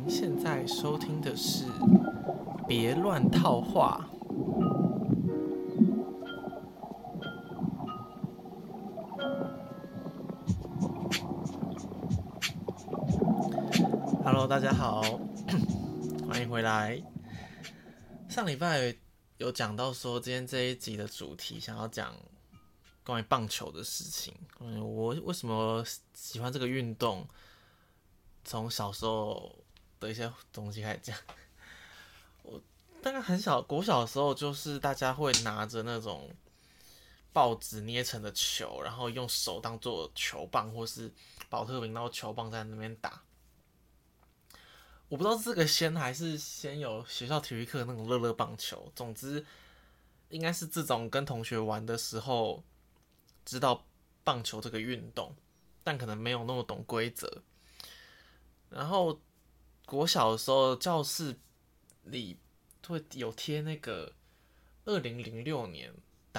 现在收听的是别乱套话。Hello， 大家好，欢迎回来。上礼拜有讲到说，今天这一集的主题想要讲关于棒球的事情。我为什么喜欢这个运动？从小时候的一些东西开始讲。我大概很小，国小的时候，就是大家会拿着那种报纸捏成的球，然后用手当做球棒，或是保特瓶当球棒在那边打。我不知道这个先还是先有学校体育课那种乐乐棒球，总之应该是这种跟同学玩的时候知道棒球这个运动，但可能没有那么懂规则。然后国小的时候，教室里会有贴那个2006年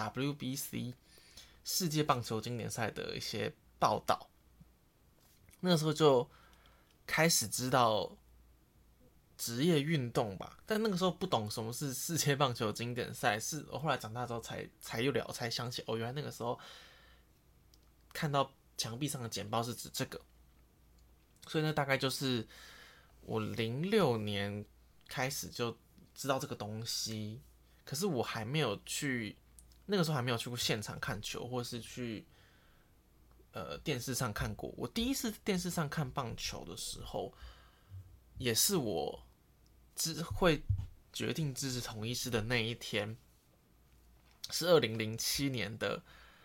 WBC 世界棒球经典赛的一些报道，那个时候就开始知道职业运动吧，但那个时候不懂什么是世界棒球经典赛，是我后来长大之后才想起，原来那个时候看到墙壁上的简报是指这个，所以那大概就是我06年开始就知道这个东西，可是我还没有去，那个时候还没有去过现场看球，或是去电视上看过。我第一次电视上看棒球的时候，也是我会决定支持统一狮的那一天，是2007年的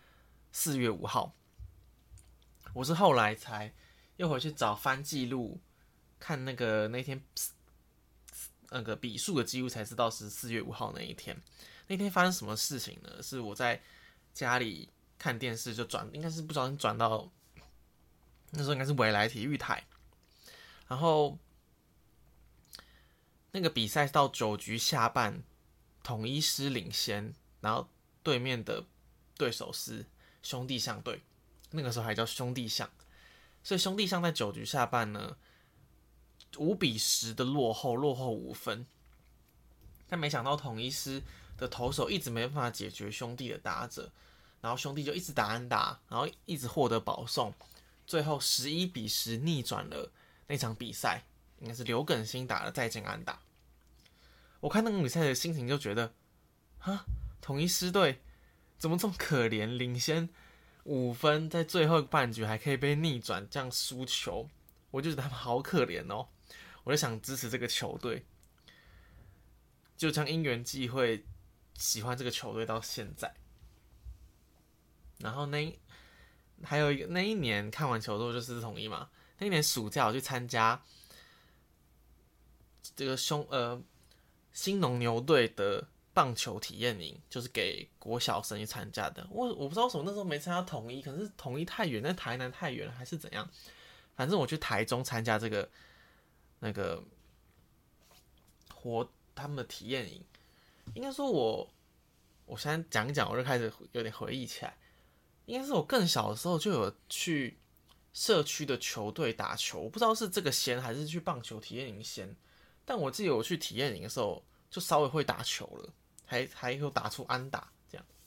4月5号。我是后来才又回去找翻记录，看那天那个比数的记录，才知道是4月5号那一天。那天发生什么事情呢？是我在家里看电视就应该是不小心转到那时候应该是未来体育台，然后那个比赛到9局下半，统一狮领先，然后对面的对手是兄弟象队，那个时候还叫兄弟象，所以兄弟象在9局下半呢5-10的落后5分，但没想到统一狮的投手一直没办法解决兄弟的打者，然后兄弟就一直打安打，然后一直获得保送，最后11-10逆转了那场比赛，应该是刘耿兴打了再见安打。我看那个比赛的心情就觉得，统一狮队怎么这么可怜，领先5分，在最后半局还可以被逆转，这样输球，我就觉得他们好可怜哦。我就想支持这个球队，就这样因缘际会喜欢这个球队到现在。然后还有那一年看完球之后就是统一嘛，那一年暑假我去参加这个新农牛队的棒球体验营，就是给国小生去参加的。我不知道为什么那时候没参加统一，可能是统一太远，那台南太远了，还是怎样。反正我去台中参加这个那个他们的体验营。应该说我现在讲一讲，我就开始有点回忆起来。应该是我更小的时候就有去社区的球队打球，我不知道是这个先还是去棒球体验营先。但我记得我去体验营的时候，就稍微会打球了，还有打出安打这样。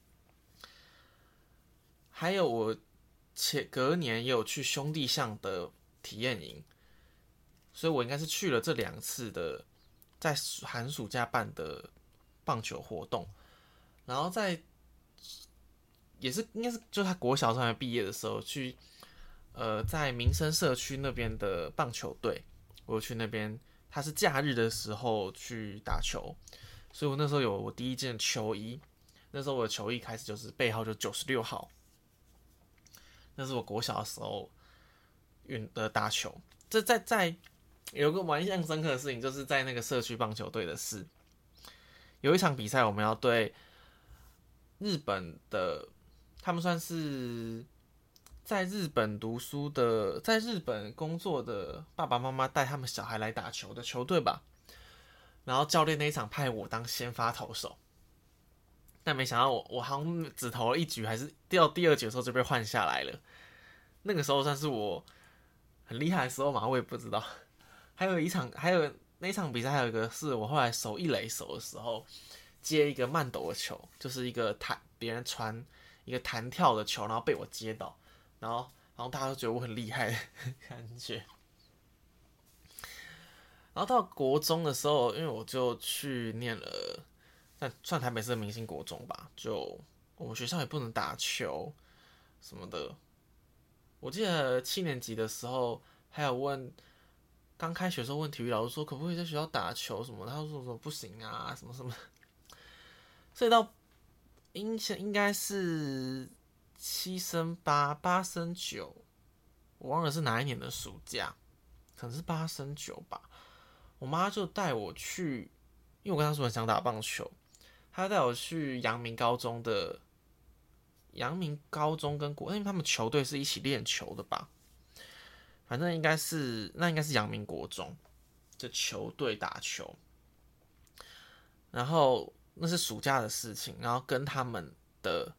还有我隔年也有去兄弟象的体验营，所以我应该是去了这2次的在寒暑假办的棒球活动，然后也是应该是就他国小上还毕业的时候去在民生社区那边的棒球队，我有去那边。他是假日的时候去打球，所以我那时候有我第一件球衣。那时候我的球衣开始就是背号就96号，那是我国小的时候打球。这在有个蛮印象深刻的事情，就是在那个社区棒球队的事。有一场比赛，我们要对日本的，他们算是在日本读书的，在日本工作的爸爸妈妈带他们小孩来打球的球队吧。然后教练那一场派我当先发投手，但没想到我好像只投了1局，还是到第2局的时候就被换下来了。那个时候算是我很厉害的时候嘛，我也不知道。 还有那一场比赛，还有一个是我后来守一垒手的时候，接一个慢抖的球，就是一个别人传一个弹跳的球，然后被我接到，然后大家都觉得我很厉害的感觉。然后到国中的时候，因为我就去念了，但算台北市的明星国中吧，就我们学校也不能打球什么的。我记得7年级的时候，还有刚开学的时候问体育老师说可不可以在学校打球什么的，他说什么不行啊，什么什么。所以到应该是7升8，8升9，我忘了是哪一年的暑假，可能是8升9吧。我妈就带我去，因为我跟她说很想打棒球，她带我去阳明高中跟因为他们球队是一起练球的吧，反正应该是阳明国中的球队打球，然后那是暑假的事情，然后跟他们的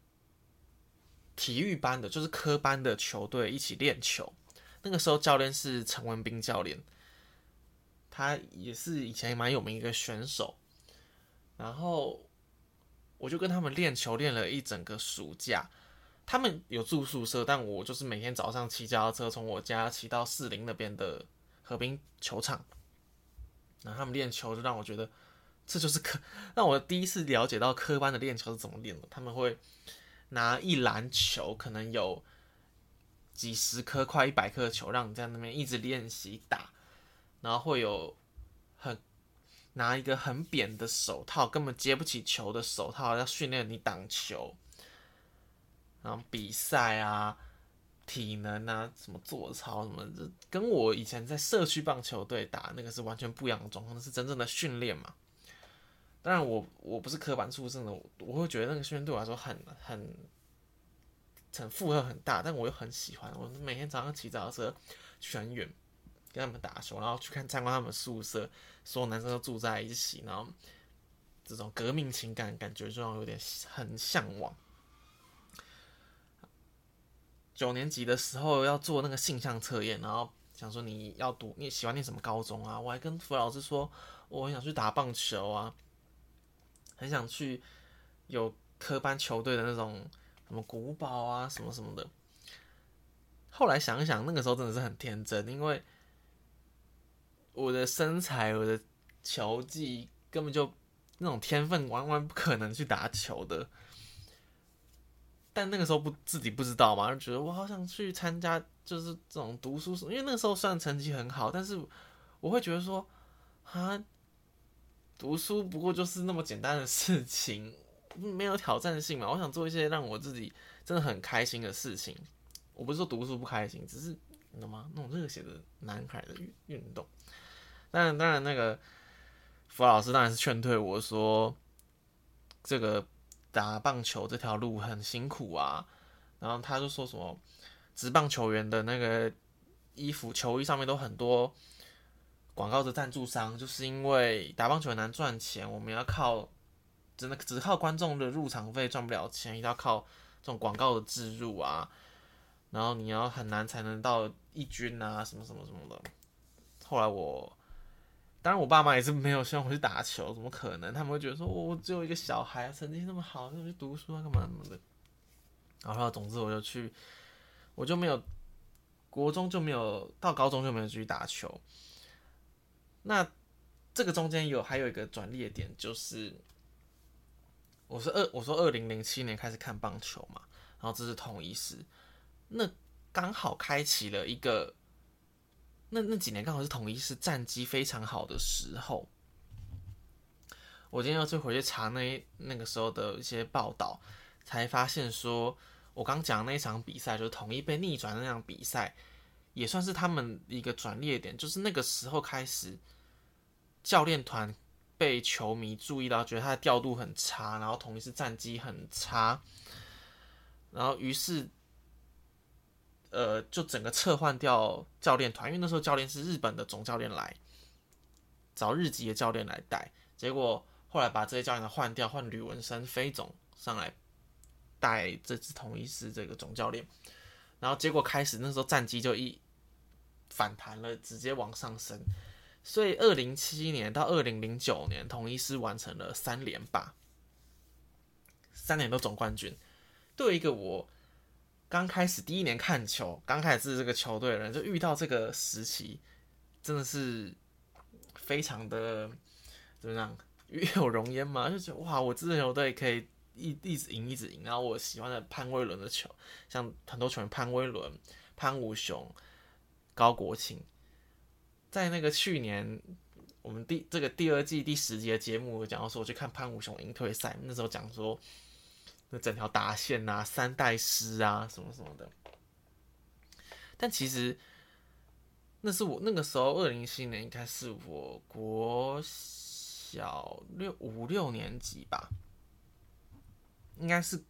体育班的，就是科班的球队一起练球。那个时候教练是陈文斌教练，他也是以前蛮有名一个选手。然后我就跟他们练球练了一整个暑假。他们有住宿舍，但我就是每天早上骑脚踏车从我家骑到士林那边的河滨球场。然后他们练球就让我觉得这就是让我第一次了解到科班的练球是怎么练的。他们会拿一篮球，可能有几十颗、快100颗的球，让你在那边一直练习打，然后会有拿一个很扁的手套，根本接不起球的手套，要训练你挡球。然后比赛啊、体能啊、什么做操什么的，跟我以前在社区棒球队打那个是完全不一样的状况，那是真正的训练嘛。当然我不是科班出身的，我会觉得那个训练对我来说很负荷很大，但我又很喜欢。我每天早上骑脚踏车去很远跟他们打球，然后去参观他们宿舍，所有男生都住在一起，然后这种革命情感感觉就让我有点很向往。9年级的时候要做那个性向测验，然后想说你喜欢念什么高中啊？我还跟辅导老师说，我很想去打棒球啊，很想去有科班球队的那种什么古堡啊什么什么的。后来想一想，那个时候真的是很天真，因为我的身材、我的球技根本就那种天分，完全不可能去打球的。但那个时候自己不知道嘛，就觉得我好想去参加，就是这种读书，因为那个时候虽然成绩很好，但是我会觉得说，啊，读书不过就是那么简单的事情，没有挑战性嘛。我想做一些让我自己真的很开心的事情。我不是说读书不开心，只是你懂吗？那种热血的男孩的运动。当然，那个辅导老师当然是劝退我说，这个打棒球这条路很辛苦啊。然后他就说什么，职棒球员的那个球衣上面都很多广告的赞助商，就是因为打棒球很难赚钱，我们要靠只靠观众的入场费赚不了钱，一定要靠这种广告的置入啊。然后你要很难才能到一军啊，什么什么什么的。后来当然我爸妈也是没有希望我去打球，怎么可能？他们会觉得说，我只有一个小孩，成绩那么好，就去读书啊，干嘛什么的。然后总之我就没有国中就没有到高中就没有继续打球。那这个中间还有一个转捩点，就是我说2007年开始看棒球嘛，然后这是同一时，那刚好开启了一个那几年刚好是统一是战绩非常好的时候。我今天又去回去查那个时候的一些报道，才发现说，我刚讲的那一场比赛，就是统一被逆转的那场比赛，也算是他们一个转捩点。就是那个时候开始，教练团被球迷注意到，觉得他的调度很差，然后统一是战绩很差，然后于是就整个撤换掉教练团，因为那时候教练是日本的总教练来找日籍的教练来带，结果后来把这些教练换掉，换吕文生飞总上来带这支统一狮这个总教练，然后结果开始那时候战绩就反弹了，直接往上升。所以2007年到2009年，统一狮完成了3连霸，3年都总冠军。对一个我刚开始第一年看球，刚开始是这个球队的人，就遇到这个时期，真的是非常的怎么样，与有荣焉嘛，就觉得哇，我支持球队可以一直赢一直赢。然后我喜欢的潘威伦的球，像很多球员潘威伦、潘武雄、高国庆，在那个去年我们这个第2季第10集的节目，讲到说我去看潘武雄赢退赛，那时候讲说那整条打线啊、3代师啊什么什么的。但其实那是我那个时候2007年应该是我国小5、6年级吧，应该是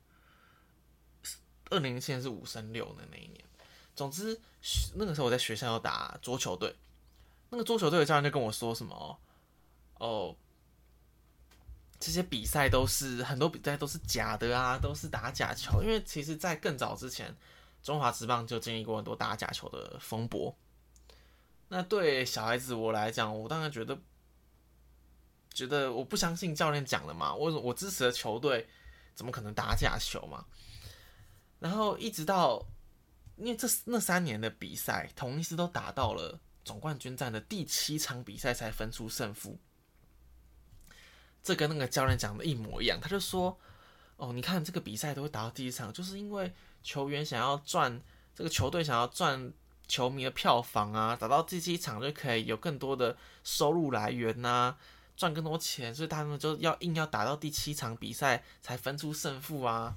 2007年是5升6的那一年。总之那个时候我在学校要打桌球队，那个桌球队的教练就跟我说什么哦，这些比赛都是很多比赛都是假的啊，都是打假球。因为其实在更早之前，中华职棒就经历过很多打假球的风波。那对小孩子我来讲，我当然觉得我不相信教练讲的嘛，我支持的球队怎么可能打假球嘛？然后一直到因为那3年的比赛，统一狮都打到了总冠军战的第7场比赛才分出胜负。这跟那个教练讲的一模一样，他就说：“哦，你看这个比赛都会打到第1场，就是因为球员想要赚这个球队想要赚球迷的票房啊，打到第7场就可以有更多的收入来源啊，赚更多钱，所以他们就硬要打到第7场比赛才分出胜负啊。”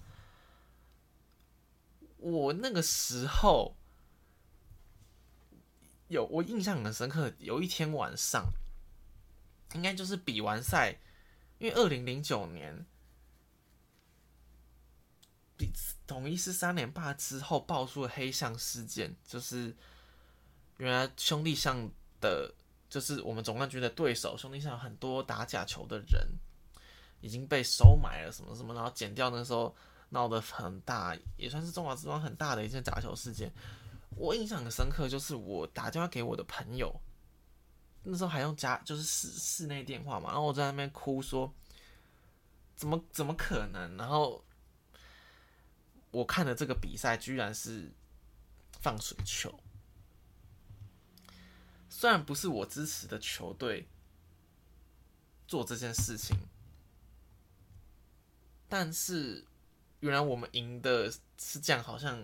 我那个时候我印象很深刻，有一天晚上，应该就是比完赛。因为2009年统一狮3连霸之后爆出了黑象事件，就是原来兄弟象的，就是我们总冠军的对手，兄弟象有很多打假球的人已经被收买了什么什么，然后剪掉，那时候闹得很大，也算是中华职棒很大的一件假球事件。我印象很深刻，就是我打电话给我的朋友，那时候还用就是室内电话嘛，然后我在那边哭说。怎么可能？然后我看的这个比赛居然是放水球，虽然不是我支持的球队做这件事情，但是原来我们赢的是这样，好像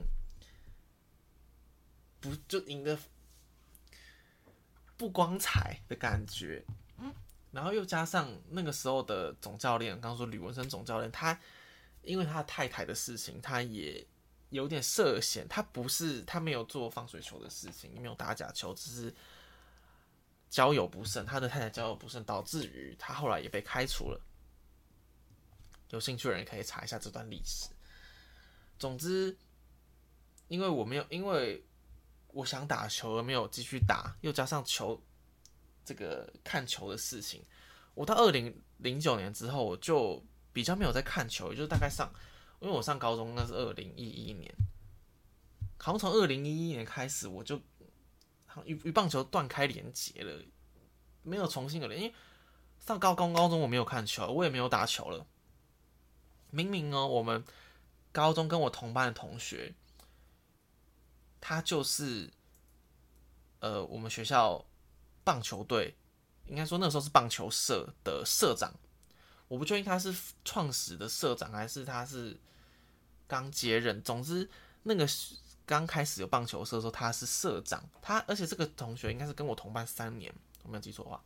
不就赢的不光彩的感觉。然后又加上那个时候的总教练，刚刚说吕文生总教练，他因为他太太的事情，他也有点涉嫌，他没有做放水球的事情，没有打假球，只是交友不慎，他的太太交友不慎，导致于他后来也被开除了。有兴趣的人可以查一下这段历史。总之，因为我想打球而没有继续打，又加上这个看球的事情，我到2009年之后，我就比较没有在看球，也就是大概因为我上高中那是2011年，好像从2011年开始，我就与棒球断开连结了，没有重新的连，因为上高中我没有看球，我也没有打球了。明明我们高中跟我同班的同学，他就是我们学校棒球队，应该说那时候是棒球社的社长，我不确定他是创始的社长还是他是刚接任。总之，那个刚开始有棒球社的时候，他是社长，而且这个同学应该是跟我同班3年，我没有记错的话，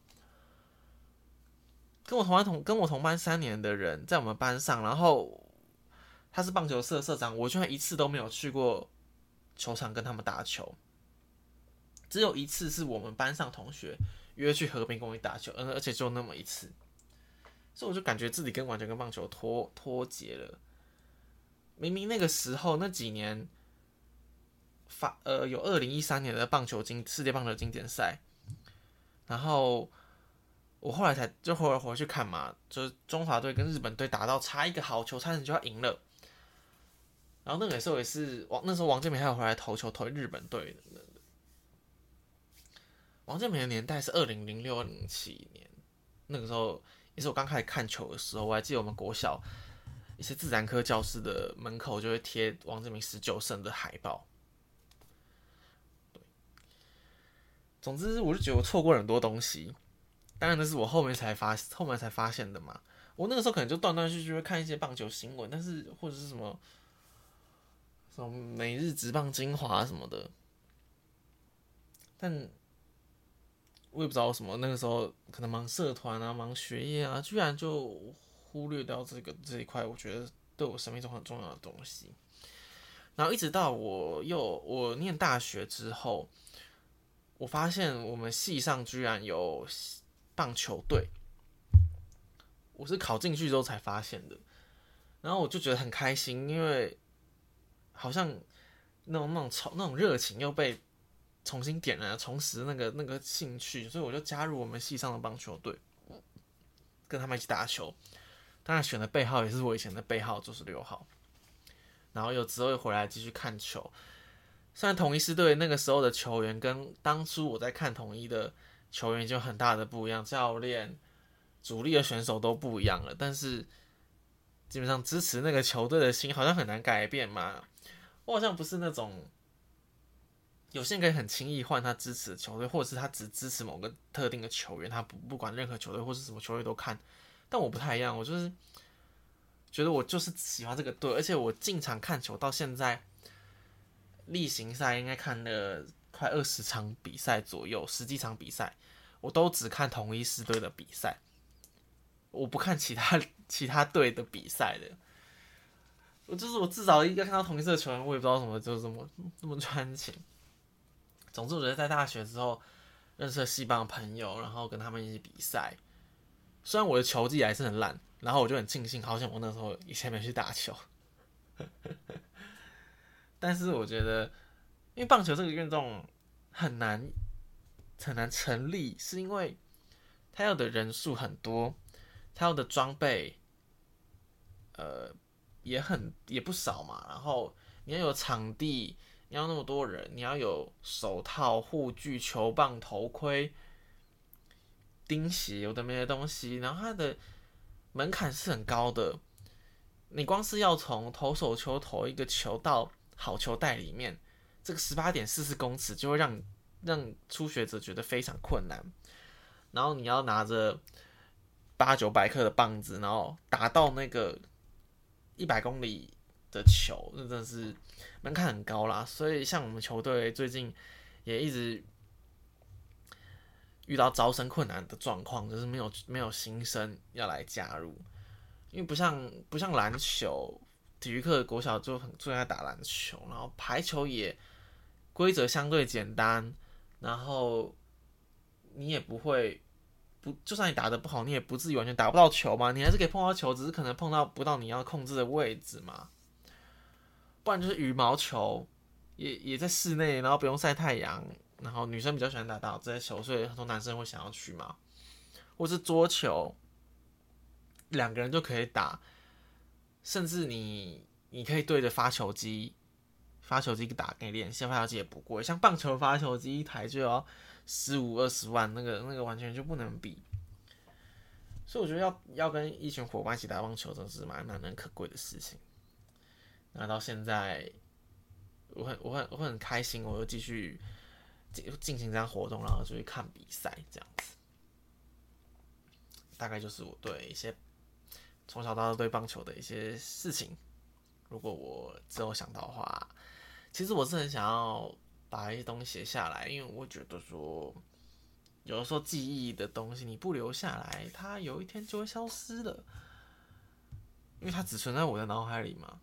跟我同班3年的人在我们班上，然后他是棒球社社长，我居然一次都没有去过球场跟他们打球。只有一次是我们班上同学约去和平公园打球，而且就那么一次，所以我就感觉自己完全跟棒球脱节了。明明那个时候那几年有2013年的世界棒球经典赛，然后我后来回去看嘛，就是中华队跟日本队打到差一个好球，差点就要赢了。然后那个时候也是那时候王建民还有回来投球投日本队的。 王建民的年代是2006、2007年，那个时候也是我刚开始看球的时候。我还记得我们国小一些自然科教室的门口就会贴王建民19胜的海报。对，总之我就觉得我错过了很多东西。当然那是我后面才发现的嘛。我那个时候可能就断断续续会看一些棒球新闻，但是或者是什么每日职棒精华什么的，但我也不知道什么，那个时候可能忙社团啊，忙学业啊，居然就忽略掉这一块，我觉得对我生命中很重要的东西。然后一直到我念大学之后，我发现我们系上居然有棒球队，我是考进去之后才发现的。然后我就觉得很开心，因为好像那种热情又被重新点燃了，重拾那个兴趣，所以我就加入我们系上的棒球队，跟他们一起打球。当然选的背号也是我以前的背号96号，然后有之后又回来继续看球。虽然统一狮队那个时候的球员跟当初我在看统一的球员就很大的不一样，教练、主力的选手都不一样了，但是基本上支持那个球队的心好像很难改变嘛。我好像不是那种有些人可以很轻易换他支持的球队，或者是他只支持某个特定的球员，他不管任何球队或是什么球队都看。但我不太一样，我就是觉得我就是喜欢这个队，而且我进场看球到现在，例行赛应该看了快20场比赛左右，10几场比赛，我都只看同一狮队的比赛，我不看其他队的比赛的。我至少要看到同一队的球员，我也不知道什么就是这么专情。总之，我觉得在大学之后认识了系棒的朋友，然后跟他们一起比赛。虽然我的球技还是很烂，然后我就很庆幸，好像我那时候以前没去打球。但是我觉得，因为棒球这个运动很难成立，是因为它要的人数很多，它要的装备也不少嘛。然后你要有场地，你要那么多人，你要有手套、护具、球棒、头盔、钉鞋，有的没的东西。然后它的门槛是很高的，你光是要从投手球投一个球到好球袋里面，这个18.44公尺就会让初学者觉得非常困难。然后你要拿着800-900克的棒子，然后打到那个100公里的球，那真的是门槛很高啦。所以像我们球队最近也一直遇到招生困难的状况，就是没有新生要来加入。因为不像篮球，体育课国小就很最爱打篮球，然后排球也规则相对简单，然后你也就算你打得不好，你也不至于完全打不到球嘛，你还是可以碰到球，只是可能碰到不到你要控制的位置嘛。不然就是羽毛球，也在室内，然后不用晒太阳，然后女生比较喜欢打这些球，所以很多男生会想要去嘛。或是桌球，2个人就可以打，甚至你可以对着发球机打给你练习，发球机也不贵，像棒球发球机一台就要15-20万，那个完全就不能比。所以我觉得要跟一群伙伴一起打棒球，真的是蛮难能可贵的事情。那到现在，我很开心，我又继续进行这样活动，然后就去看比赛，这样子。大概就是我对一些从小到大对棒球的一些事情。如果我之后想到的话，其实我是很想要把一些东西写下来，因为我觉得说，有的时候记忆的东西你不留下来，它有一天就会消失了，因为它只存在我的脑海里嘛。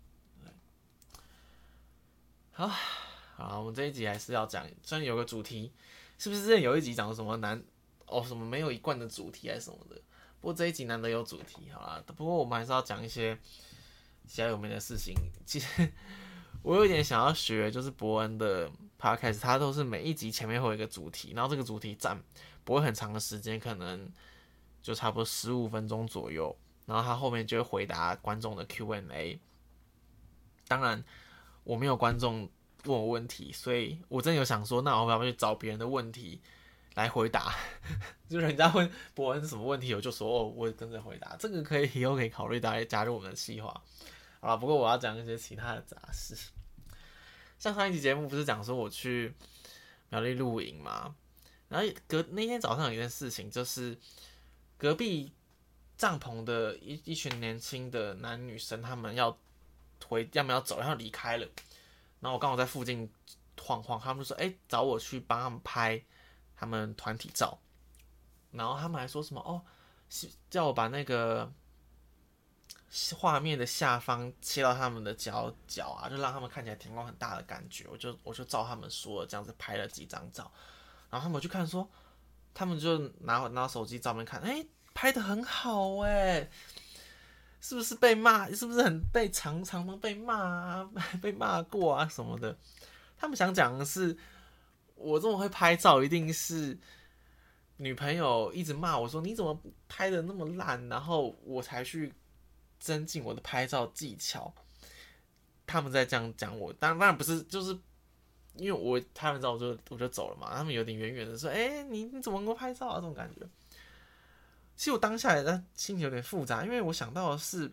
好，我们这一集还是要讲，虽然有个主题，是不是之前有一集讲什么什么没有一贯的主题还是什么的？不过这一集难得有主题，好啦。不过我们还是要讲一些其他有名的事情。其实我有点想要学，就是伯恩的 podcast， 它都是每一集前面会有一个主题，然后这个主题占不会很长的时间，可能就差不多15分钟左右，然后他后面就会回答观众的 Q&A。当然，我没有观众问我问题，所以我真的有想说，那我要不要去找别人的问题， 来回答，就人家问伯恩什么问题，我就说哦，我跟着回答，这个以后可以考虑大家加入我们的计划。好了，不过我要讲一些其他的杂事，像上一集节目不是讲说我去苗栗露营嘛，然后那天早上有一件事情，就是隔壁帐篷的一群年轻的男女生，他们要么要走，要离开了，然后我刚好在附近晃晃，他们就说找我去帮他们拍他们团体照，然后他们还说什么哦，叫我把那个画面的下方切到他们的角啊，就让他们看起来天光很大的感觉。我就照他们说的这样子拍了几张照，然后他们去看说，他们就拿手机照片看，拍的很好是不是被骂？是不是常常被骂啊？被骂过啊什么的？他们想讲的是，我这么会拍照，一定是女朋友一直骂我说你怎么拍的那么烂，然后我才去增进我的拍照技巧。他们在这样讲我，当然不是，就是因为我拍完照我就走了嘛。他们有点远远的说，你怎么能够拍照啊？这种感觉。其实我当下的心情有点复杂，因为我想到的是，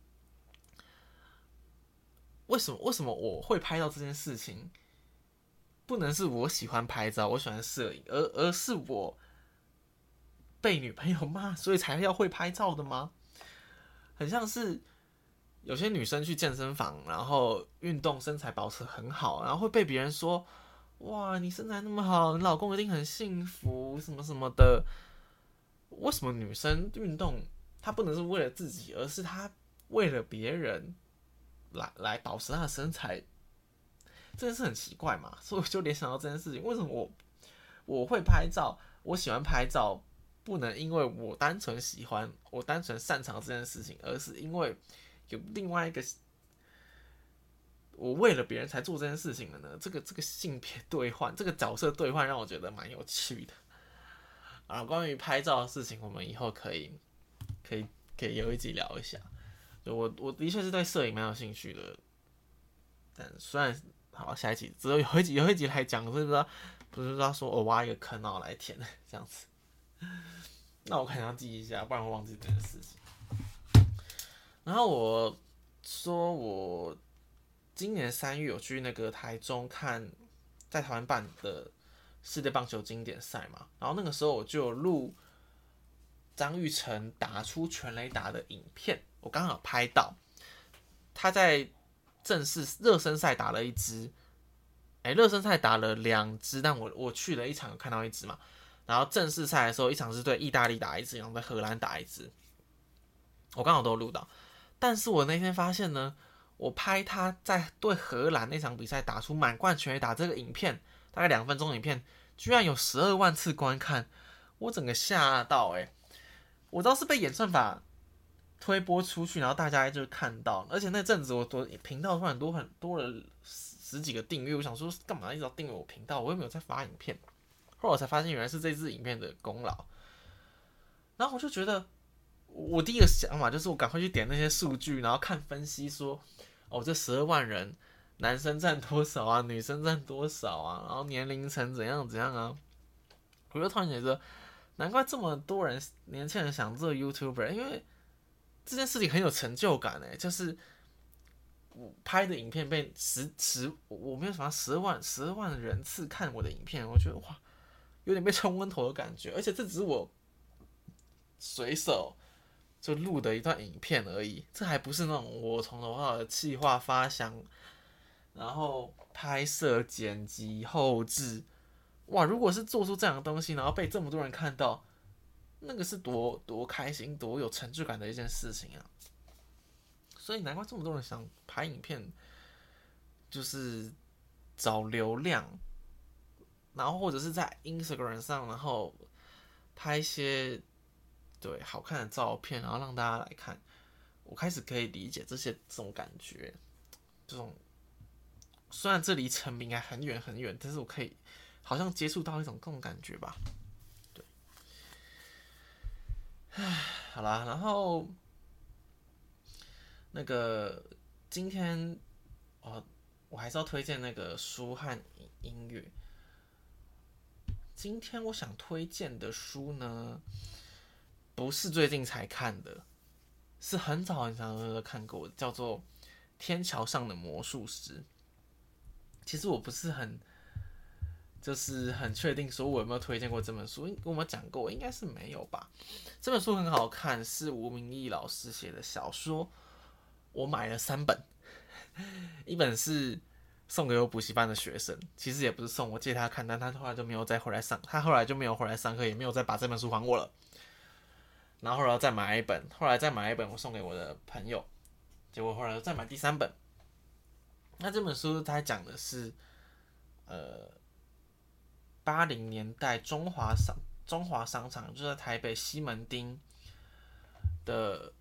为什么我会拍到这件事情，不能是我喜欢拍照，我喜欢摄影，而是我被女朋友骂，所以才要会拍照的吗？很像是有些女生去健身房，然后运动身材保持很好，然后会被别人说，哇，你身材那么好，你老公一定很幸福，什么什么的。为什么女生运动，她不能是为了自己，而是她为了别人来保持她的身材？这件事很奇怪嘛，所以我就联想到这件事情。为什么我会拍照，我喜欢拍照，不能因为我单纯喜欢，我单纯擅长这件事情，而是因为有另外一个我为了别人才做这件事情的呢？这个性别兑换，这个角色兑换，让我觉得蛮有趣的。啊，关于拍照的事情，我们以后可以有一集聊一下。就我的确是对摄影蛮有兴趣的，但虽然好下一集只有有一集来讲，是不是说我挖一个坑然后来填这样子？那我可能要记一下，不然会忘记这件事情。然后我说我今年3月有去那个台中看在台湾办的世界棒球经典赛嘛，然后那个时候我就有录张育成打出全垒打的影片，我刚好拍到他在正式热身赛打了一支，热身赛打了2支，但我去了一场有看到一支嘛，然后正式赛的时候一场是对意大利打一支，然后在荷兰打一支，我刚好都有录到。但是我那天发现呢，我拍他在对荷兰那场比赛打出满贯全垒打这个影片，大概2分钟的影片，居然有12万次观看，我整个吓到我知道是被演算法推播出去，然后大家就看到，而且那阵子我频道突然很多了10几个订阅，我想说干嘛一直要订阅我频道，我又没有在发影片，后来我才发现原来是这支影片的功劳，然后我就觉得。我第一个想法就是我赶快去点那些数据，然后看分析说，这12万人，男生占多少啊，女生占多少啊，然后年龄层怎样怎样啊，我就突然觉得，难怪这么多人年轻人想做 YouTuber， 因为这件事情很有成就感就是我拍的影片被我没有想到12万人次看我的影片，我觉得哇，有点被冲昏头的感觉，而且这只是我随手。就录的一段影片而已，这还不是那种我从头到尾的企划发想，然后拍摄、剪辑、后置，哇！如果是做出这样的东西，然后被这么多人看到，那个是多开心、多有成就感的一件事情啊！所以难怪这么多人想拍影片，就是找流量，然后或者是在 Instagram 上，然后拍一些。对，好看的照片，然后让大家来看，我开始可以理解这种感觉，这种虽然这离成名还很远很远，但是我可以好像接触到一种这种感觉吧。对，好啦，然后那个今天我还是要推荐那个书和音乐。 今天我想推荐的书呢，不是最近才看的，是很早很早就看过的，叫做《天桥上的魔术师》。其实我不是很确定说我有没有推荐过这本书，我有没有讲过？应该是没有吧。这本书很好看，是吴明益老师写的小说，我买了3本，一本是送给我补习班的学生，其实也不是送，我借他看，但他后来就没有再回来上，他后来就没有回来上课，也没有再把这本书还我了。然后后来再买一本，我送给我的朋友，结果后来又再买第3本。那这本书它讲的是80年代中华商场，就在台北西门町的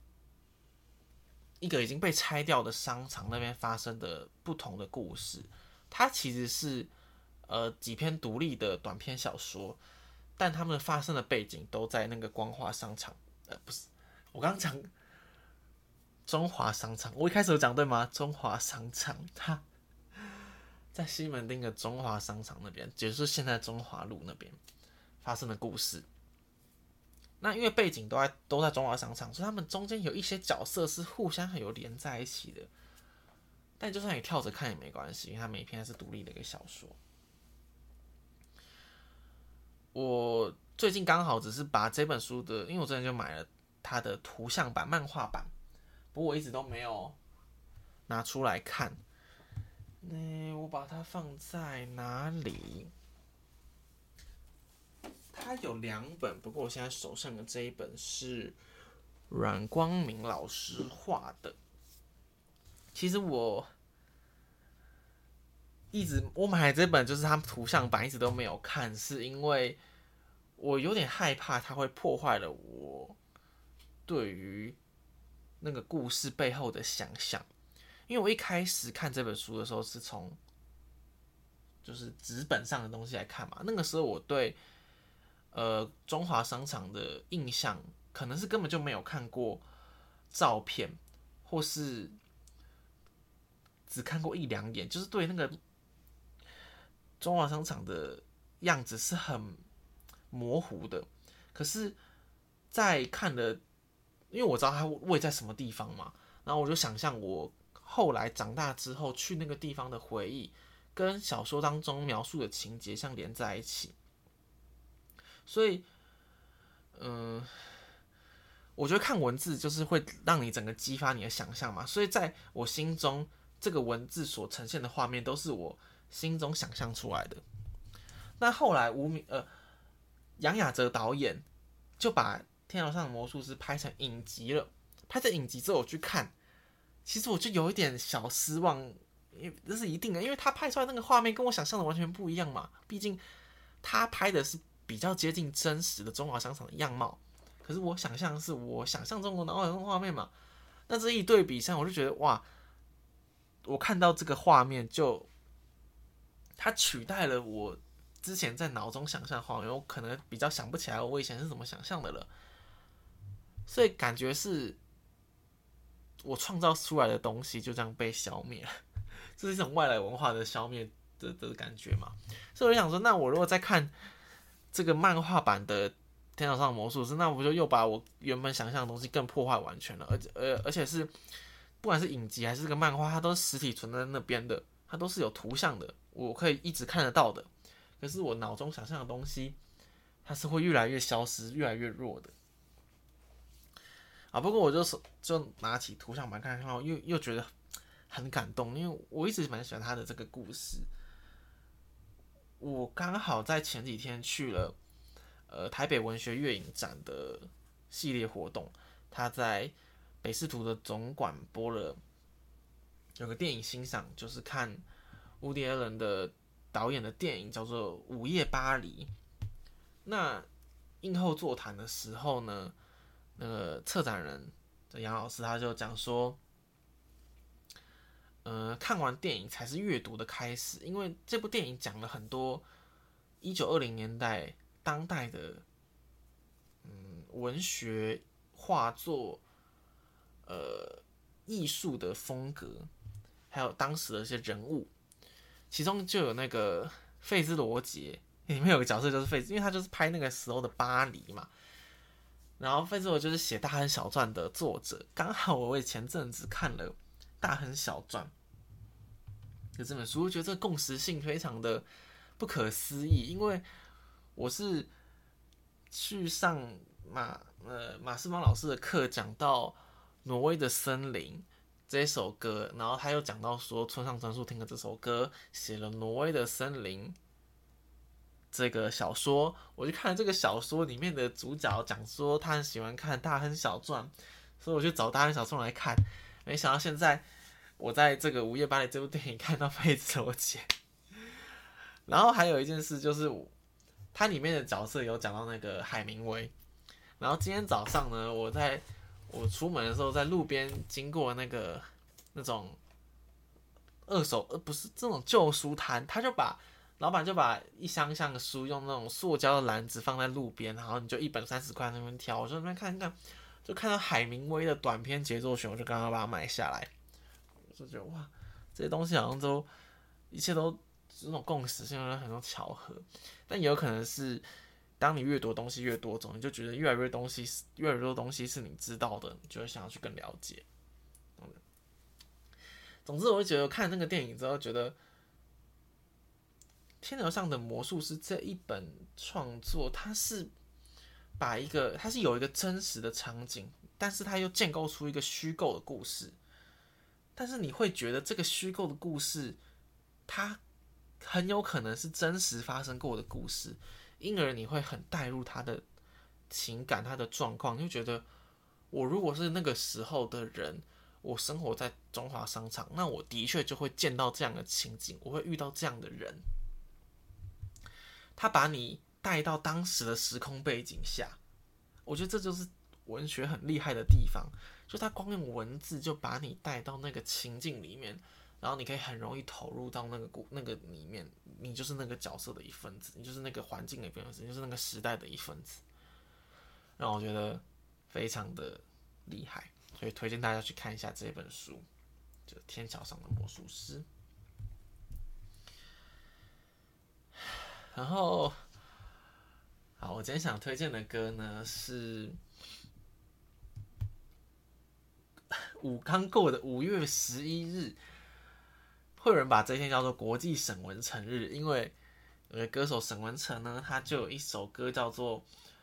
一个已经被拆掉的商场那边发生的不同的故事。它其实是几篇独立的短篇小说，但他们发生的背景都在那个光华商场。不是，我刚刚讲中华商场，我一开始有讲对吗？中华商场，它在西门町的中华商场那边，也就是现在中华路那边发生的故事。那因为背景都在中华商场，所以他们中间有一些角色是互相有连在一起的。但就算你跳着看也没关系，因为它每一篇是独立的一个小说。我最近刚好只是把这本书的，因为我之前就买了它的图像版、漫画版，不过我一直都没有拿出来看。我把它放在哪里？它有2本，不过我现在手上的这一本是阮光明老师画的。其实我买的这本就是他图像版，一直都没有看，是因为我有点害怕它会破坏了我对于那个故事背后的想象。因为我一开始看这本书的时候是从就是纸本上的东西来看嘛，那个时候我对中华商场的印象可能是根本就没有看过照片，或是只看过1-2眼，就是对那个中华商场的样子是很模糊的。可是，在看了，因为我知道它位在什么地方嘛，然后我就想象我后来长大之后去那个地方的回忆，跟小说当中描述的情节相连在一起。所以，我觉得看文字就是会让你整个激发你的想象嘛，所以在我心中，这个文字所呈现的画面都是我心中想象出来的。那后来杨雅哲导演就把《天桥上的魔术师》拍成影集了。拍成影集之后我去看，其实我就有一点小失望，因为这是一定的，因为他拍出来那个画面跟我想象的完全不一样嘛。毕竟他拍的是比较接近真实的中华商场的样貌，可是我想象是我想象中的脑海中的画面嘛。那这一对比上，我就觉得哇，我看到这个画面就它取代了我之前在脑中想象的画面，我可能比较想不起来我以前是怎么想象的了。所以感觉是我创造出来的东西就这样被消灭了，这是一种外来文化的消灭的感觉嘛。所以我就想说，那我如果再看这个漫画版的《天桥上的魔术师》，那我就又把我原本想象的东西更破坏完全了。而且是不管是影集还是这个漫画，它都是实体存在那边的，它都是有图像的，我可以一直看得到的。可是我脑中想象的东西，它是会越来越消失、越来越弱的。不过我就拿起图像版看，然后又觉得很感动，因为我一直蛮喜欢他的这个故事。我刚好在前几天去了台北文学月影展的系列活动，他在北市图的总馆播了有个电影欣赏，就是看伍迪·艾伦的导演的电影，叫做《午夜巴黎》。那映后座谈的时候呢，那个策展人杨老师他就讲说，看完电影才是阅读的开始，因为这部电影讲了很多1920年代当代的文学、画作、艺术的风格，还有当时的一些人物，其中就有那个费兹罗杰里面有个角色就是费兹，因为他就是拍那个时候的巴黎嘛。然后费兹罗就是写《大亨小传》的作者，刚好我也前阵子看了《大亨小传》的这本书，我觉得这个共识性非常的不可思议，因为我是去上马世芳老师的课，讲到挪威的森林这首歌，然后他又讲到说村上春树听了这首歌，写了挪威的森林这个小说，我就看了这个小说里面的主角讲说他很喜欢看大亨小传，所以我去找大亨小传来看，没想到现在我在这个《午夜巴黎》这部电影看到费兹罗姐。然后还有一件事就是，它里面的角色有讲到那个海明威。然后今天早上呢，我出门的时候，在路边经过那种二手不是这种旧书摊，老板就把一箱箱的书用那种塑胶的篮子放在路边，然后你就一本30块那边挑，我就那边看看，就看到海明威的短篇杰作选，我就刚刚把它买下来，我就觉得哇，这些东西好像一切都这种共识性，有很多巧合，但也有可能是当你阅读的东西越多种，你就觉得越来越多东西是你知道的，你就会想要去更了解。总之，我会觉得看那个电影之后，觉得《天桥上的魔术师》这一本创作，它是有一个真实的场景，但是它又建构出一个虚构的故事。但是你会觉得这个虚构的故事，它很有可能是真实发生过的故事，因而你会很带入他的情感、他的状况，你就觉得我如果是那个时候的人，我生活在中华商场，那我的确就会见到这样的情景，我会遇到这样的人。他把你带到当时的时空背景下，我觉得这就是文学很厉害的地方，就他光用文字就把你带到那个情境里面，然后你可以很容易投入到那个里面，你就是那个角色的一份子，你就是那个环境的一份子，你就是那个时代的一份子，让我觉得非常的厉害，所以推荐大家去看一下这本书，就《天桥上的魔术师》。然后，好，我今天想推荐的歌呢是刚过的5月11日，会有人把这一天叫做国际沈文成日，因为有个歌手沈文成呢，他就有一首歌叫做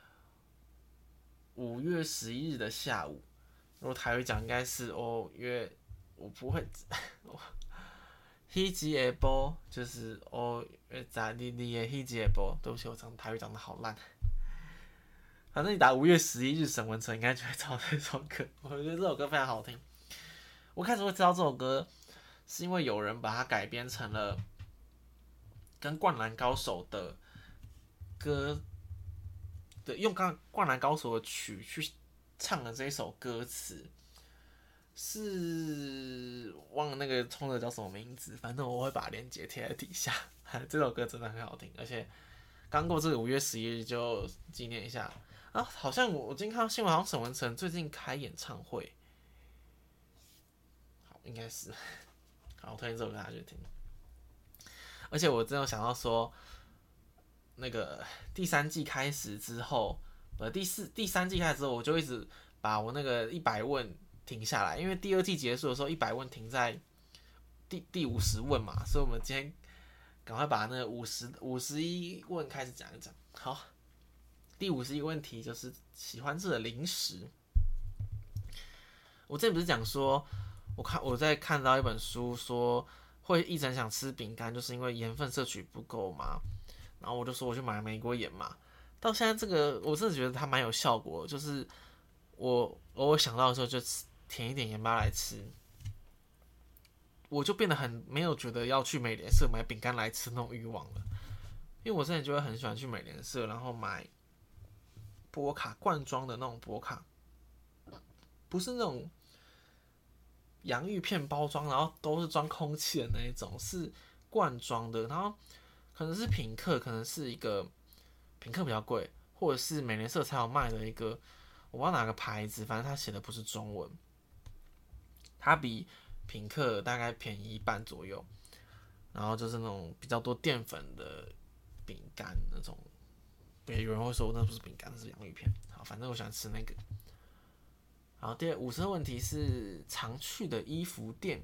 《5月11日的下午》，如果台语讲应该是我不会，迄日下晡就是2月12日的迄日下晡，对不起，我台语讲的好烂。反正你打5月11日沈文成应该就会找到这首歌，我觉得这首歌非常好听。我开始会知道这首歌，是因为有人把它改编成了跟《灌篮高手》的歌的，用《灌篮高手》的曲去唱的这一首歌词，是忘了那个冲者叫什么名字，反正我会把链接贴在底下。这首歌真的很好听，而且刚过这个5月11日就纪念一下啊！好像我今天看到新闻，好像沈文成最近开演唱会，好，应该是。好，我推荐这首歌大家去听。而且我真的想到说，那个第三季开始之后，第三季开始之后，我就一直把我那个100问停下来，因为第二季结束的时候100问停在第50问嘛，所以我们今天赶快把那个51问开始讲一讲。好，第51个问题就是喜欢吃的零食。我之前不是讲说，我在看到一本书说会一直很想吃饼干，就是因为盐分摄取不够嘛。然后我就说我去买莓果盐嘛。到现在这个我真的觉得它蛮有效果的，就是我偶尔想到的时候就填一点盐巴来吃，我就变得很没有觉得要去美联社买饼干来吃那种欲望了。因为我之前就会很喜欢去美联社，然后买波卡罐装的那种波卡，不是那种洋芋片包装，然后都是装空气的那一种，是罐装的。然后可能是品客，可能是一个品客比较贵，或者是美联社才有卖的一个，我不知道哪个牌子，反正它写的不是中文，它比品客大概便宜1半左右。然后就是那种比较多淀粉的饼干那种，对，有人会说那不是饼干，那是洋芋片。好，反正我喜欢吃那个。然后50的问题是常去的衣服店。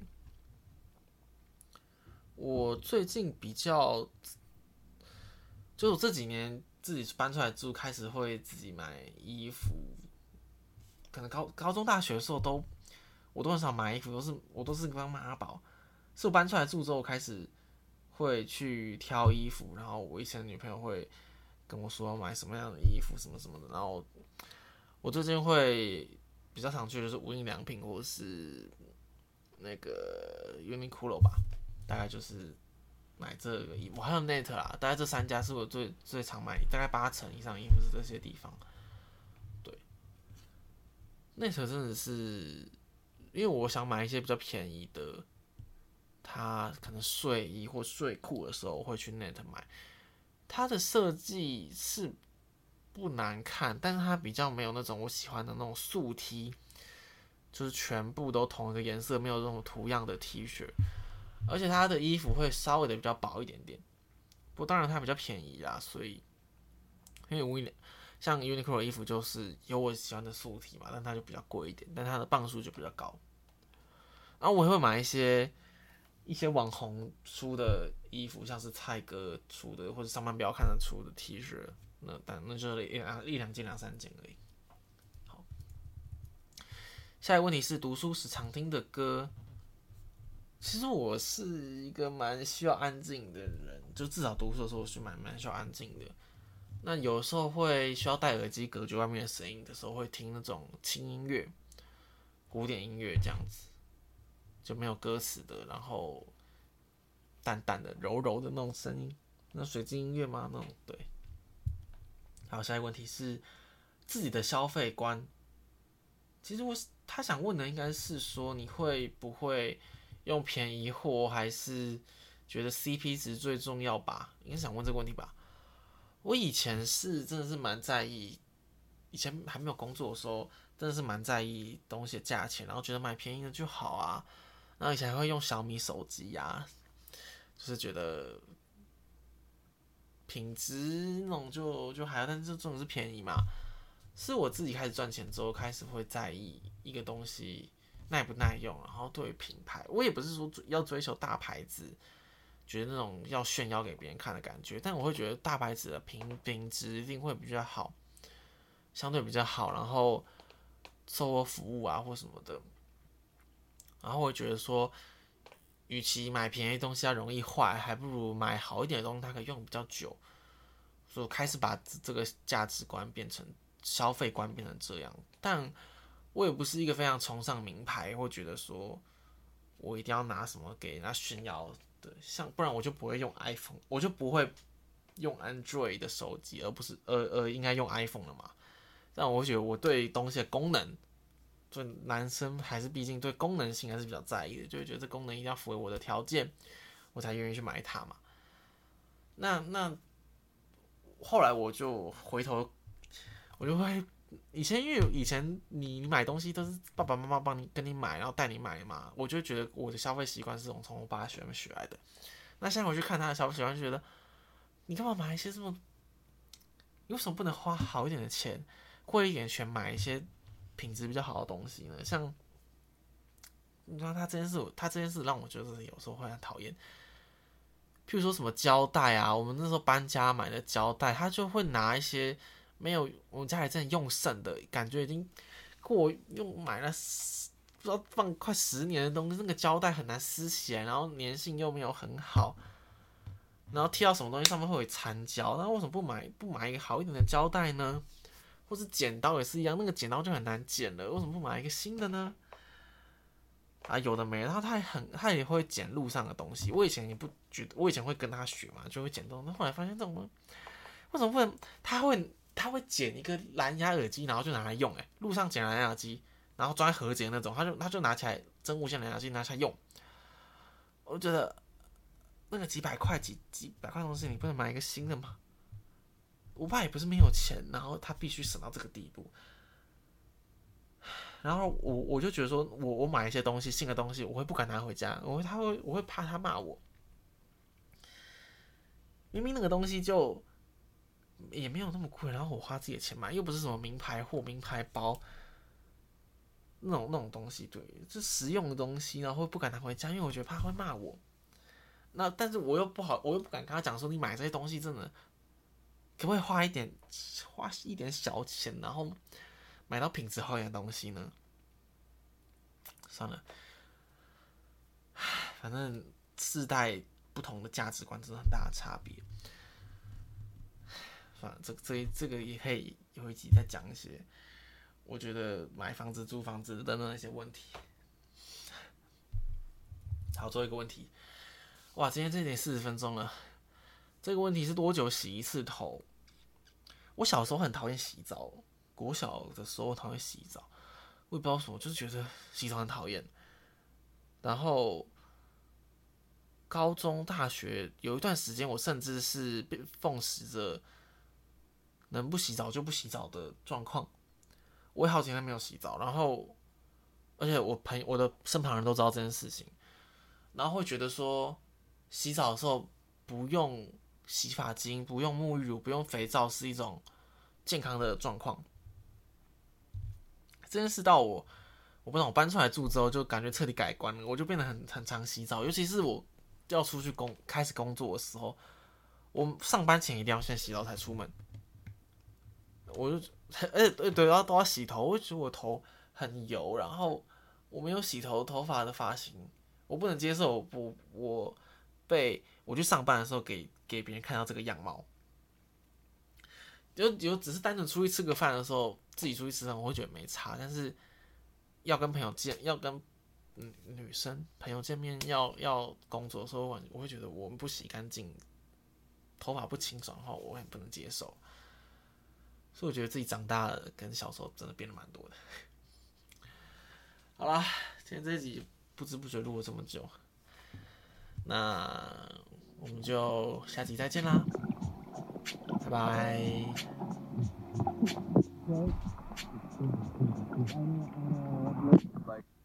我最近比较，就是我这几年自己搬出来住，开始会自己买衣服。可能高中、大学的时候我都很少买衣服，我都是帮妈宝。是我搬出来住之后，开始会去挑衣服，然后我以前的女朋友会跟我说要买什么样的衣服，什么什么的。然后我最近会比较常去的就是无印良品或是那个 Uniqlo 吧，大概就是买这个衣服，还有 Net 啦，大概这3家是我最常买，大概80%以上衣服是这些地方。对，Net 真的是，因为我想买一些比较便宜的，它可能睡衣或睡裤的时候，我会去 Net 买。它的设计是不难看，但是它比较没有那种我喜欢的那种素 T，就是全部都同一个颜色，没有这种图样的 T 恤。而且它的衣服会稍微的比较薄一点点，不过当然它比较便宜啦，所以因为像 Uniqlo 的衣服就是有我喜欢的素体嘛，但它就比较贵一点，但它的磅数就比较高。然后我也会买一些网红出的衣服，像是蔡哥出的或者上班不要看得出的 T 恤，那就是一两件2、3件而已。好，下一个问题是读书时常听的歌。其实我是一个蛮需要安静的人，就至少读书的时候我是蛮需要安静的。那有时候会需要戴耳机隔绝外面的声音的时候，会听那种轻音乐、古典音乐这样子，就没有歌词的，然后淡淡的、柔柔的那种声音，那水晶音乐吗？那种对。好，下一个问题是自己的消费观。其实他想问的应该是说，你会不会用便宜货，还是觉得 CP 值最重要吧？应该是想问这个问题吧。我以前是真的是蛮在意，以前还没有工作的时候，真的是蛮在意东西的价钱，然后觉得买便宜的就好啊。然后以前还会用小米手机啊，就是觉得品质那种就还好，但是这种是便宜嘛。是我自己开始赚钱之后，开始会在意一个东西耐不耐用，然后对于品牌，我也不是说要追求大牌子，觉得那种要炫耀给别人看的感觉，但我会觉得大牌子的品质一定会比较好，相对比较好，然后售后服务啊或什么的，然后我会觉得说，与其买便宜的东西要容易坏，还不如买好一点的东西，它可以用比较久。所以我开始把这个价值观变成消费观变成这样，但我也不是一个非常崇尚名牌，或觉得说我一定要拿什么给人家炫耀的，像不然我就不会用 iPhone，我就不会用 Android 的手机，而不是应该用 iPhone 了嘛。但我觉得我对东西的功能，就男生还是毕竟对功能性还是比较在意的，就会觉得这功能一定要符合我的条件，我才愿意去买它嘛。那后来我就回头，我就会因为以前你买东西都是爸爸妈妈跟你买，然后带你买嘛，我就觉得我的消费习惯是从我爸学来的。那现在回去看他的消费习惯，就觉得你干嘛买一些这么，你为什么不能花好一点的钱，贵一点钱买一些品质比较好的东西呢？像你说他这件事让我觉得有时候会很讨厌。譬如说什么胶带啊，我们那时候搬家买的胶带，他就会拿一些没有我们家里真的用剩的，感觉已经买了不知道放快10年的东西，那个胶带很难撕起来，然后粘性又没有很好，然后贴到什么东西上面会有残胶，那为什么不买一个好一点的胶带呢？或是剪刀也是一样，那个剪刀就很难剪了，为什么不买一个新的呢？啊，有的没的，然后他也会捡路上的东西。我以前也不觉得，我以前会跟他学嘛，就会捡东西。后来发现这种为什么不能？他会捡一个蓝牙耳机，然后就拿来用、路上捡蓝牙耳机，然后装在盒子的那种，他就拿起来真无线蓝牙耳机拿起来用。我觉得那个几百块的东西，你不能买一个新的吗？我爸也不是没有钱，然后他必须省到这个地步。然后我就觉得说，我买一些东西新的东西，我会不敢拿回家，我会怕他骂我，因明明那个东西就也没有那么贵，然后我花自己的钱买，又不是什么名牌货、名牌包那种东西，对，就实用的东西，然后不敢拿回家，因为我觉得怕会骂我。那但是我又不敢跟他讲说，你买这些东西真的可不可以花一点小钱，然后买到品质好一点的东西呢？算了，反正世代不同的价值观真的很大的差别。算了，这个也可以有一集再讲一些，我觉得买房子、租房子等等那些问题。好，最后一个问题，哇，今天这点40分钟了。这个问题是多久洗一次头？我小时候很讨厌洗澡，国小的时候讨厌洗澡，我也不知道什么，就是觉得洗澡很讨厌。然后高中、大学有一段时间，我甚至是奉持着能不洗澡就不洗澡的状况。我也好几天没有洗澡，然后而且我的身旁人都知道这件事情，然后会觉得说，洗澡的时候不用洗发精、不用沐浴乳、不用肥皂是一种健康的状况。这件事到我不知道，我搬出来住之后，就感觉彻底改观了。我就变得很常洗澡，尤其是我要出去开始工作的时候，我上班前一定要先洗澡才出门。我就对，都要洗头，我觉得我头很油，然后我没有洗头发的发型，我不能接受我去上班的时候给别人看到这个样貌。只是单纯出去吃个饭的时候，自己出去吃饭我会觉得没差，但是要跟女生朋友见面要工作的时候，我会觉得我们不洗干净，头发不清爽的话，我会不能接受。所以我觉得自己长大了，跟小时候真的变得蛮多的。好啦，今天这一集不知不觉录了这么久，那我们就下集再见啦，拜拜。